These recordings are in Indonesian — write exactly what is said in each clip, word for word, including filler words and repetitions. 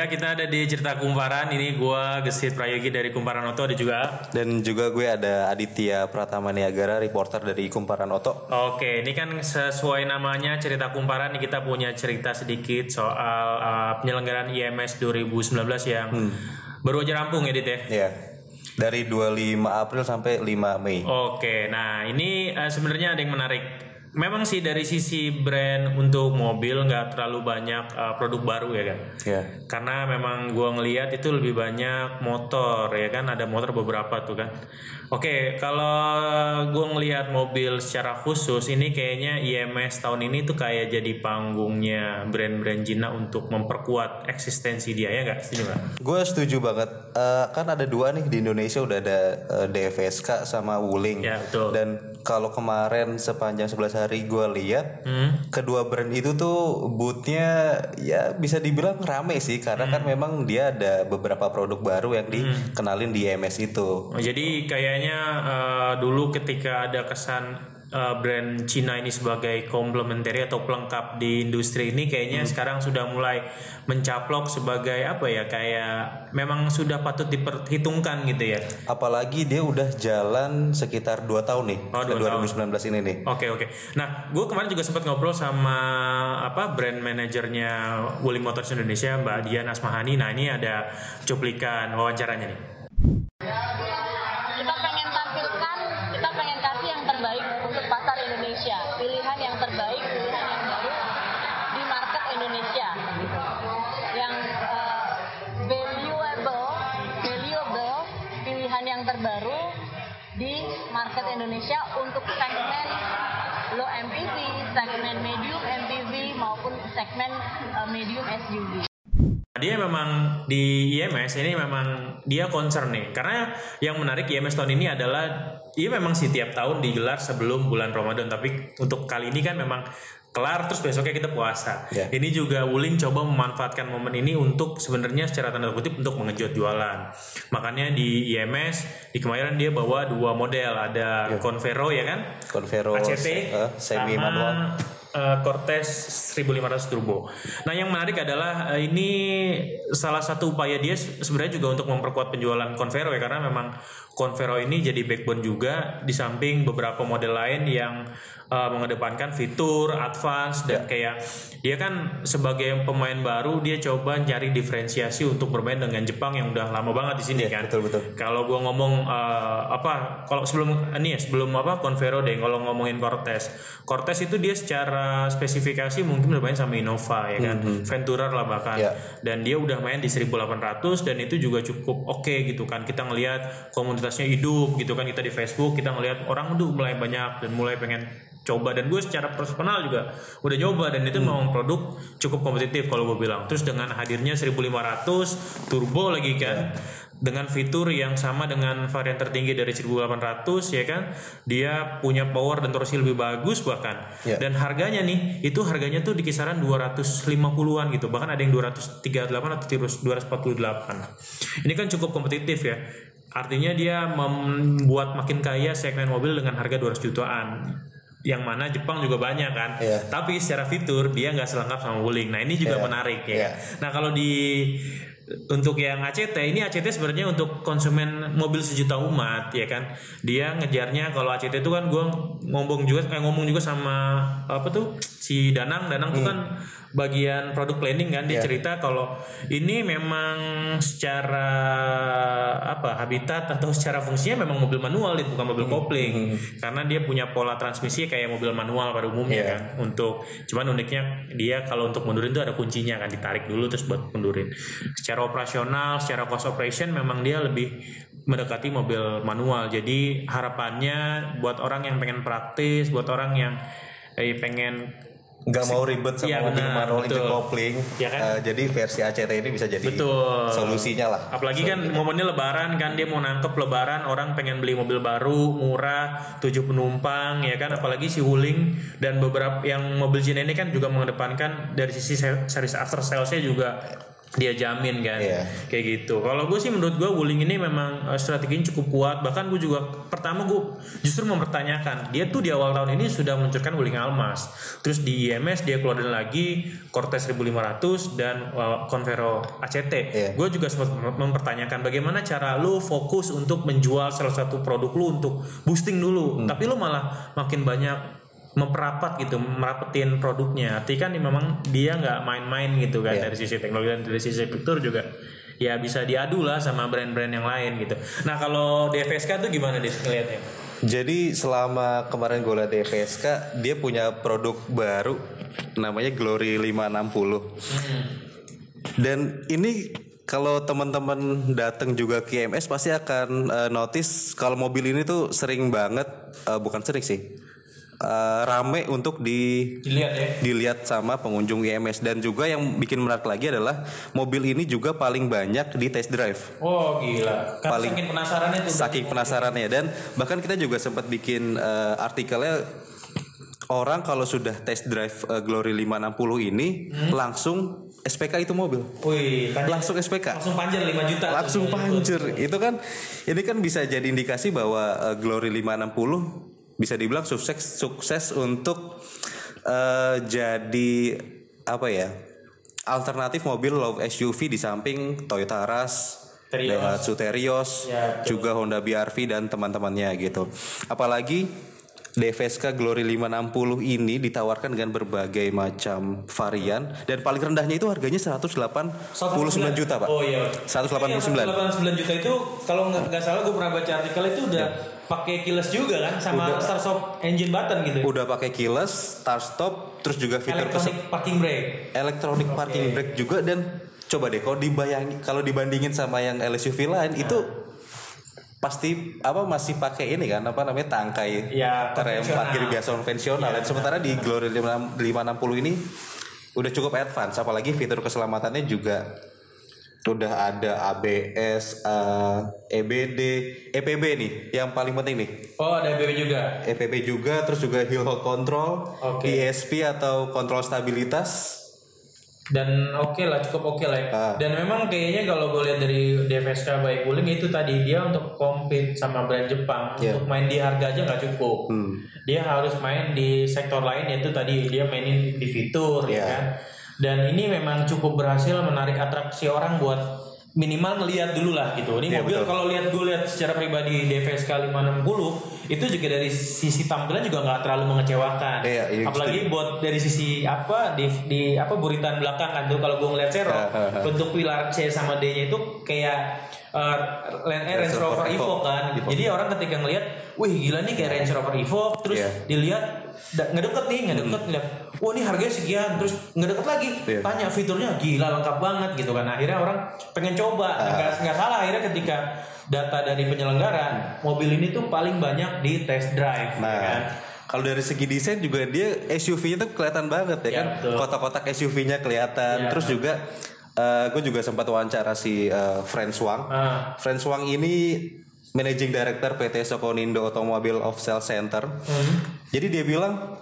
Ya, kita ada di Cerita Kumparan. Ini gue Gesit Prayogi dari Kumparan Oto, ada juga. Dan juga gue ada Aditya Pratama Niagara, reporter dari Kumparan Oto. Oke, ini kan sesuai namanya Cerita Kumparan. Kita punya cerita sedikit soal uh, penyelenggaraan I M S dua ribu sembilan belas yang hmm. baru aja rampung ya, Dit ya? Iya. Dari dua puluh lima April sampai lima Mei. Oke, nah ini uh, sebenarnya ada yang menarik. Memang sih dari sisi brand untuk mobil nggak terlalu banyak uh, produk baru ya kan? Yeah. Karena memang gue ngelihat itu lebih banyak motor ya kan, ada motor beberapa tuh kan. Oke, kalau gue ngelihat mobil secara khusus ini kayaknya I M S tahun ini tuh kayak jadi panggungnya brand-brand Cina untuk memperkuat eksistensi dia, ya nggak? Setuju nggak? Gue setuju banget. Uh, kan ada dua nih di Indonesia, udah ada uh, D F S K sama Wuling. Ya, betul. Dan kalau kemarin sepanjang sebelas hari gue lihat hmm. kedua brand itu tuh boothnya ya bisa dibilang rame sih, karena hmm. kan memang dia ada beberapa produk baru yang dikenalin hmm. di I M S itu. Oh, jadi kayaknya uh, dulu ketika ada kesan uh, brand Cina ini sebagai komplementari atau pelengkap di industri ini, kayaknya hmm. sekarang sudah mulai mencaplok sebagai apa ya, kayak memang sudah patut diperhitungkan gitu ya. Apalagi dia udah jalan sekitar dua tahun nih, oh, ke dua ribu sembilan belas ini nih. Oke oke. Nah, gue kemarin juga sempat ngobrol sama apa brand manajernya Wuling Motors Indonesia, Mbak Dian Asmahani. Nah, ini ada cuplikan wawancaranya nih. Kita pengen tampilkan, kita pengen kasih yang terbaik untuk pasar Indonesia, pilihan yang terbaik, pilihan yang baru di market Indonesia, gitu. Yang uh, valuable, valuable, pilihan yang terbaru di market Indonesia untuk segmen low M P V, segmen medium M P V maupun segmen uh, medium S U V. Dia memang di I M S ini memang dia concern nih, karena yang menarik I M S tahun ini adalah iya memang sih tiap tahun digelar sebelum bulan Ramadan, tapi untuk kali ini kan memang kelar terus besoknya kita puasa. Yeah. Ini juga Wuling coba memanfaatkan momen ini untuk sebenarnya secara tanda kutip untuk mengejut jualan. Makanya di I M S di kemarin dia bawa dua model, ada yeah. Convero ya kan? Convero A C T uh, semi manual. Uh, Cortez seribu lima ratus Turbo. Nah, yang menarik adalah uh, ini salah satu upaya dia sebenarnya juga untuk memperkuat penjualan Convero ya, karena memang Convero ini jadi backbone juga di samping beberapa model lain yang uh, mengedepankan fitur advance dan kayak dia kan sebagai pemain baru dia coba cari diferensiasi untuk bermain dengan Jepang yang udah lama banget di sini yeah, kan. Betul betul. Kalau gua ngomong uh, apa kalau sebelum ini ya sebelum apa Convero deh, kalau ngomongin Cortez. Cortez itu dia secara spesifikasi mungkin bermain sama Innova ya kan, mm-hmm. Venturer lah bahkan, yeah. Dan dia udah main di seribu delapan ratus dan itu juga cukup oke okay, gitu kan. Kita ngelihat komunitasnya hidup gitu kan, kita di Facebook kita ngelihat orang udah mulai banyak dan mulai pengen coba, dan gue secara personal juga udah coba dan itu hmm. memang produk cukup kompetitif kalau gue bilang. Terus dengan hadirnya seribu lima ratus turbo lagi kan, yeah. dengan fitur yang sama dengan varian tertinggi dari seribu delapan ratus ya kan, dia punya power dan torsi lebih bagus bahkan, yeah. Dan harganya nih itu harganya tuh di kisaran dua ratus lima puluhan gitu, bahkan ada yang dua ratus tiga puluh delapan atau dua ratus empat puluh delapan. Ini kan cukup kompetitif ya, artinya dia membuat makin kaya segmen mobil dengan harga dua ratus jutaan, yang mana Jepang juga banyak kan, yeah. Tapi secara fitur dia nggak selengkap sama Wuling. Nah ini juga yeah. menarik ya. Yeah. Nah kalau di untuk yang A C T ini, A C T sebenarnya untuk konsumen mobil sejuta umat ya kan. Dia ngejarnya kalau A C T itu kan gue ngomong juga eh, ngomong juga sama apa tuh si Danang, Danang hmm. tuh kan bagian product planning kan, dia yeah. cerita kalau ini memang secara apa habitat atau secara fungsinya memang mobil manual, bukan mobil kopling, hmm. karena dia punya pola transmisi kayak mobil manual pada umumnya yeah. kan. Untuk cuman uniknya dia kalau untuk mundurin tuh ada kuncinya kan, ditarik dulu terus buat mundurin. Secara operasional, secara cost operation memang dia lebih mendekati mobil manual. Jadi harapannya buat orang yang pengen praktis, buat orang yang eh, pengen nggak mau ribet sama ya, mobil benar, manual engine kopling, ya kan? uh, jadi versi A C T ini bisa jadi betul. Solusinya lah. Apalagi kan momennya Lebaran kan, dia mau nangkep Lebaran, orang pengen beli mobil baru murah tujuh penumpang ya kan, apalagi si Wuling dan beberapa yang mobil Cina ini kan juga mengedepankan dari sisi series after salesnya juga dia jamin kan, yeah. kayak gitu. Kalau gue sih menurut gue Wuling ini memang uh, strateginya cukup kuat. Bahkan gue juga pertama gue justru mempertanyakan dia tuh di awal tahun ini sudah meluncurkan Wuling Almas, terus di I M S dia keluarin lagi Cortez seribu lima ratus dan uh, Convero A C T. Yeah. Gue juga sempat mempertanyakan bagaimana cara lu fokus untuk menjual salah satu produk lu untuk boosting dulu, hmm. tapi lu malah makin banyak memperapat gitu, merapetin produknya. Artinya kan memang dia nggak main-main gitu kan, yeah. dari sisi teknologi dan dari sisi fitur juga ya bisa diadu lah sama brand-brand yang lain gitu. Nah kalau D F S K tuh gimana deh ngeliatnya? Jadi selama kemarin gue liat D F S K, dia punya produk baru namanya Glory lima enam nol. Hmm. Dan ini kalau teman-teman datang juga ke I M S pasti akan uh, notice kalau mobil ini tuh sering banget, uh, bukan sering sih, Uh, rame untuk di, dilihat ya. dilihat sama pengunjung I M S. Dan juga yang bikin menarik lagi adalah mobil ini juga paling banyak di test drive. Oh gila. Karena paling, saking penasarannya tuh. Saking penasarannya. Dan bahkan kita juga sempat bikin uh, artikelnya, orang kalau sudah test drive uh, Glory lima enam nol ini hmm? langsung S P K itu mobil. Wih, panjang, langsung S P K. Langsung panjer lima juta. Langsung panjer. Itu kan ini kan bisa jadi indikasi bahwa uh, Glory lima enam nol bisa dibilang sukses sukses untuk uh, jadi apa ya, alternatif mobil low S U V di samping Toyota Rush, Daihatsu Terios, ya, juga Honda B R V dan teman-temannya gitu. Apalagi D F S K Glory lima enam nol ini ditawarkan dengan berbagai macam varian dan paling rendahnya itu harganya seratus delapan puluh sembilan juta Pak. Oh iya. seratus delapan puluh sembilan. seratus delapan puluh sembilan juta itu kalau nggak salah gue pernah baca artikel itu udah ya. Pakai keyless juga kan sama start stop engine button gitu. Udah pakai keyless, start stop, terus juga fitur electronic kesep- parking brake. Electronic okay. parking brake juga. Dan coba deh kalau dibayangin, kalau dibandingin sama yang L S U V lain nah. itu pasti apa masih pakai ini kan apa namanya tangkai ya, rem parkir biasa konvensional. Ya, dan sementara di Glory lima enam nol ini udah cukup advance, apalagi fitur keselamatannya juga udah ada A B S, uh, E B D, E P B nih yang paling penting nih. Oh ada E P B juga. E P B juga, terus juga hill hold control, okay. E S P atau kontrol stabilitas. Dan oke okay lah, cukup oke okay lah. Ya. Ah. Dan memang kayaknya kalau gue lihat dari D F S K baik Wuling itu tadi dia untuk compete sama brand Jepang, yeah. untuk main di harga aja nggak cukup. Hmm. Dia harus main di sektor lain, yaitu tadi dia mainin di fitur, yeah. ya kan. Dan ini memang cukup berhasil menarik atraksi orang buat minimal ngelihat dulu lah gitu. Ini ya, mobil kalau lihat gue lihat secara pribadi D F S K lima enam nol itu juga dari sisi tampilan juga nggak terlalu mengecewakan. Ya, ya, apalagi just buat dari sisi apa di, di apa buritan belakang kan tuh kalau gue ngeliat Sero bentuk pilar C sama D-nya itu kayak uh, Range Rover Evoque kan. Evoque. Jadi orang ketika ngelihat, wih gila nih kayak Range Rover Evoque, terus yeah. dilihat ngedeket nih, ngedeket lihat, wah ini harganya sekian, terus ngedeket lagi, yeah. tanya fiturnya gila lengkap banget gitu kan. Akhirnya orang pengen coba, nggak uh. nggak salah. Akhirnya ketika data dari penyelenggara, mobil ini tuh paling banyak di test drive, nah. ya kan. Kalau dari segi desain juga dia S U V-nya tuh kelihatan banget ya, ya kan, betul. Kotak-kotak S U V-nya kelihatan, ya. Terus juga uh, gue juga sempat wawancara si uh, Franz Wang. Ah. Franz Wang ini Managing Director P T Sokonindo Automobile of Sales Center. Hmm. Jadi dia bilang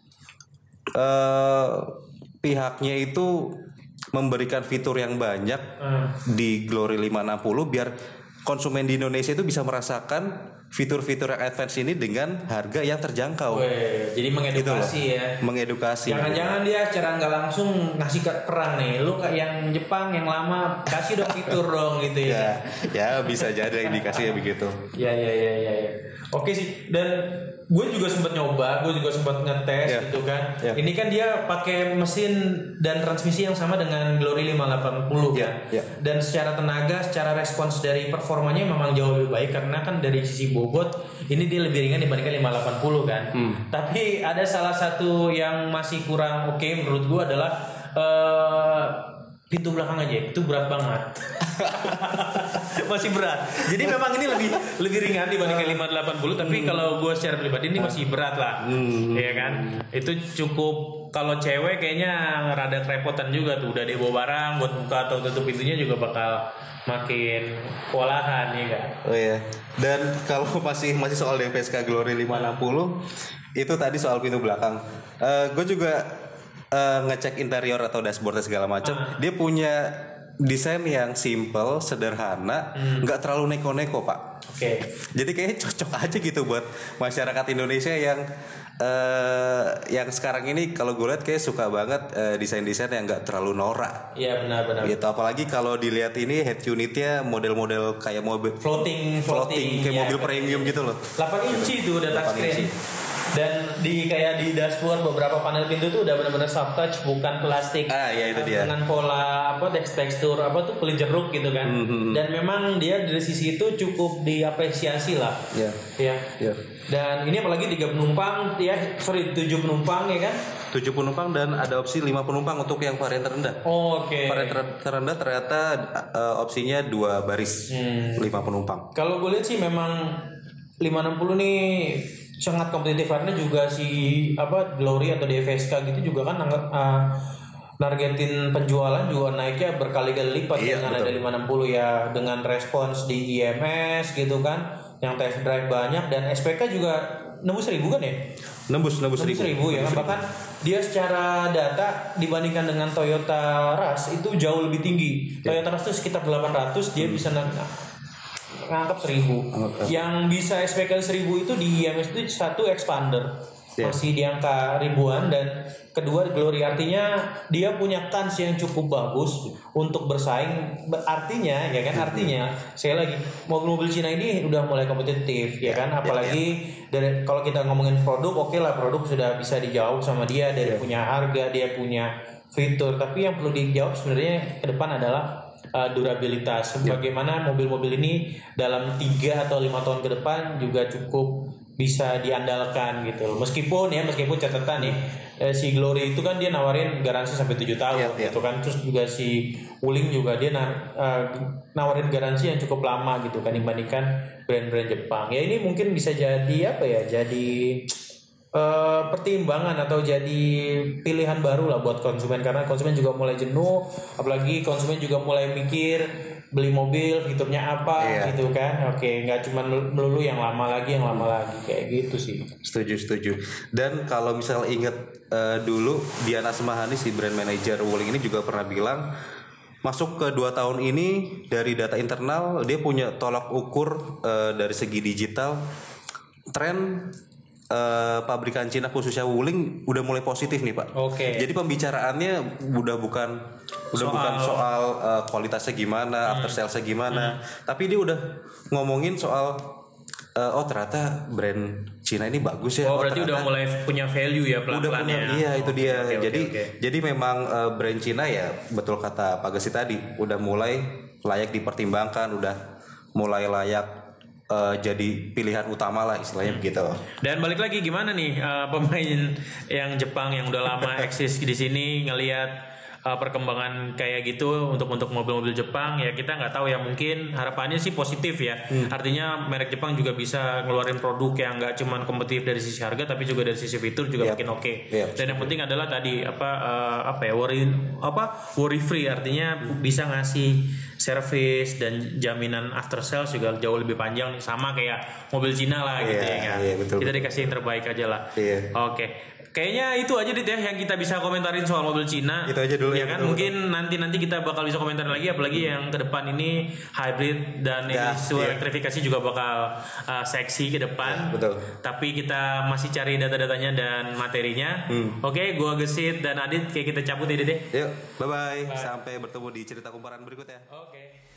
uh, pihaknya itu memberikan fitur yang banyak hmm. di Glory lima enam nol biar konsumen di Indonesia itu bisa merasakan fitur-fitur yang advance ini dengan harga yang terjangkau. Weh, jadi mengedukasi gitu ya. Mengedukasi. Jangan-jangan dia secara nggak langsung ngasih ke perang nih. Lu kayak yang Jepang yang lama kasih dong fitur dong gitu ya. Ya, ya bisa jadi indikasinya begitu. Ya, ya, ya, ya, ya. Oke sih. Dan gue juga sempat nyoba, gue juga sempat ngetes yeah. gitu kan. Yeah. Ini kan dia pakai mesin dan transmisi yang sama dengan Glory lima delapan nol yeah. kan. Yeah. Dan secara tenaga, secara respons dari performanya memang jauh lebih baik karena kan dari sisi bobot ini dia lebih ringan dibandingkan lima delapan nol kan. Hmm. Tapi ada salah satu yang masih kurang oke okay menurut gue adalah uh, pintu belakang aja itu berat banget. Masih berat. Jadi memang ini lebih lebih ringan dibandingkan lima delapan nol, tapi hmm. kalau gue secara pribadi ini masih berat lah. Hmm. Ya kan? Itu cukup, kalau cewek kayaknya rada kerepotan juga tuh, udah dibawa barang buat buka atau tutup pintunya juga bakal makin kewalahan ya kan. Oh iya. Dan kalau masih masih soal D F S K Glory lima enam nol itu tadi soal pintu belakang. Uh, gue juga Uh, ngecek interior atau dashboard segala macam, uh. dia punya desain yang simple, sederhana, nggak hmm. terlalu neko-neko pak. Oke. Okay. Jadi kayaknya cocok aja gitu buat masyarakat Indonesia yang uh, yang sekarang ini kalau gue lihat kayak suka banget uh, desain-desain yang nggak terlalu norak. Iya benar-benar. Gitu. Apalagi kalau dilihat ini head unitnya model-model kayak mobil floating, floating, kayak ya, mobil premium gitu loh. delapan inci itu udah touchscreen. Dan di kayak di dashboard beberapa panel pintu tuh udah benar-benar soft touch, bukan plastik. Ah iya itu dia. Dengan pola apa tekstur apa tuh kulit jeruk gitu kan. Mm-hmm. Dan memang dia dari sisi itu cukup diapresiasi lah. Iya. Yeah. Ya. Yeah. Dan ini apalagi tiga penumpang ya, sorry tujuh penumpang ya kan? tujuh penumpang dan ada opsi lima penumpang untuk yang varian terendah. Oh, oke. Okay. Varian ter- terendah ternyata uh, opsinya dua baris, hmm. lima penumpang. Kalau gue lihat sih memang lima enam puluh nih sangat kompetitif karena juga si apa Glory atau D V S K gitu juga kan uh, nargetin penjualan juga naiknya berkali-kali lipat iya, dengan betul. Ada lima enam puluh ya, dengan respons di I M S gitu kan, yang test drive banyak dan S P K juga nembus seribu kan ya? Nembus nembus seribu, seribu ya kan, bahkan dia secara data dibandingkan dengan Toyota Rush itu jauh lebih tinggi. Yeah. Toyota Rush itu sekitar delapan ratus, dia hmm. bisa nang- ngangkap seribu. Okay. Yang bisa S P K seribu itu di I M S itu satu expander. Yeah. Masih di angka ribuan, dan kedua Glory, artinya dia punya kans yang cukup bagus untuk bersaing. Artinya ya kan, artinya saya lagi mobil-mobil Cina ini udah mulai kompetitif ya kan, apalagi yeah, yeah. dari kalau kita ngomongin produk, oke okay lah produk sudah bisa dijawab sama dia dari yeah. punya harga, dia punya fitur, tapi yang perlu dijawab sebenarnya ke depan adalah uh, durabilitas. Yeah. Bagaimana mobil-mobil ini dalam tiga atau lima tahun ke depan juga cukup bisa diandalkan gitu loh. Meskipun ya meskipun catatan nih eh, si Glory itu kan dia nawarin garansi sampai tujuh tahun yeah, gitu yeah. kan. Terus juga si Wuling juga dia na- uh, nawarin garansi yang cukup lama gitu kan dibandingkan brand-brand Jepang. Ya ini mungkin bisa jadi apa ya? Jadi uh, pertimbangan atau jadi pilihan baru lah buat konsumen, karena konsumen juga mulai jenuh, apalagi konsumen juga mulai mikir beli mobil fiturnya apa iya. gitu kan. Oke, nggak cuma melulu yang lama lagi yang lama lagi kayak gitu sih. Setuju setuju. Dan kalau misal inget uh, dulu Diana Semahani si brand manager Wuling ini juga pernah bilang masuk ke dua tahun ini dari data internal dia punya tolak ukur uh, dari segi digital tren uh, pabrikan Cina khususnya Wuling udah mulai positif nih Pak. Oke. Okay. Jadi pembicaraannya udah bukan udah soal, bukan soal uh, kualitasnya gimana, hmm. after salesnya gimana, hmm. tapi dia udah ngomongin soal uh, oh ternyata brand Cina ini bagus ya. Oh, oh berarti udah mulai punya value ya pelan-pelan ya. Iya itu okay, dia. Okay, jadi okay, okay. jadi memang uh, brand Cina ya betul kata Pak Gesi tadi udah mulai layak dipertimbangkan, udah mulai layak Uh, jadi pilihan utama lah istilahnya hmm. begitu. Dan balik lagi gimana nih uh, pemain yang Jepang yang udah lama eksis di sini ngelihat uh, perkembangan kayak gitu untuk untuk mobil-mobil Jepang, ya kita nggak tahu ya, mungkin harapannya sih positif ya. Hmm. Artinya merek Jepang juga bisa ngeluarin produk yang nggak cuma kompetitif dari sisi harga tapi juga dari sisi fitur juga yep. makin oke. Okay. Yep. Dan yang penting adalah tadi apa uh, apa ya worry apa worry free, artinya hmm. bisa ngasih service dan jaminan after sales juga jauh lebih panjang, sama kayak mobil Cina lah gitu yeah, ya kan. Yeah, betul, kita betul. Dikasih yang terbaik aja lah. Yeah. Oke. Okay. Kayaknya itu aja Dit ya yang kita bisa komentarin soal mobil Cina. Itu aja dulu ya kan. Betul, mungkin betul. nanti-nanti kita bakal bisa komentarin lagi, apalagi hmm. yang ke depan ini hybrid dan ya, isu yeah. elektrifikasi juga bakal uh, seksi ke depan. Ya, betul. Tapi kita masih cari data-datanya dan materinya. Hmm. Oke, okay, gua Gesit dan Adit kayak kita cabut ya Dit. Yuk, bye-bye. Bye. Sampai bertemu di cerita kumparan berikutnya. Oke. Okay.